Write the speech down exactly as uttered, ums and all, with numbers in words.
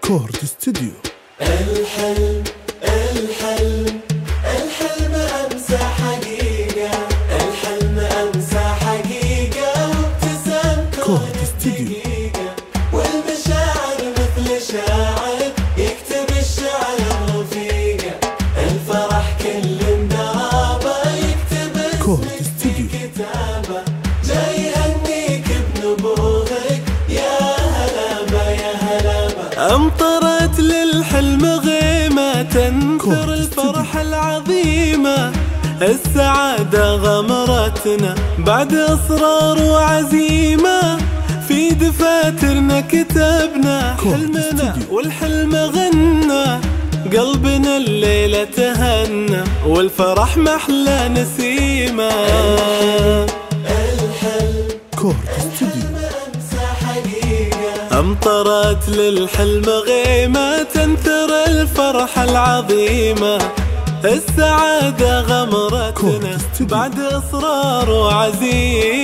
كورد استوديو. الحلم الحلم الحلم أمسى حقيقة، الحلم أمسى حقيقة، وابتسام كورد دقيقة، والمشاعر مثل شاعر يكتب الشعر رفيقة، الفرح كل اندرابة يكتب اسمك في كتابة، جاي يهنيك بنبوغك يا هلابة يا هلابة. أمطرت للحلم غيمة تنثر الفرح العظيمة، السعادة غمرتنا بعد إصرار وعزيمة، في دفاترنا كتبنا حلمنا والحلم غنى، قلبنا الليلة تهنى والفرح محلى نسيمة. الحلم كورد استوديو. أمطرت للحلم غيمة تنثر الفرح العظيمة، السعادة غمرتنا بعد إصرار وعزيمة.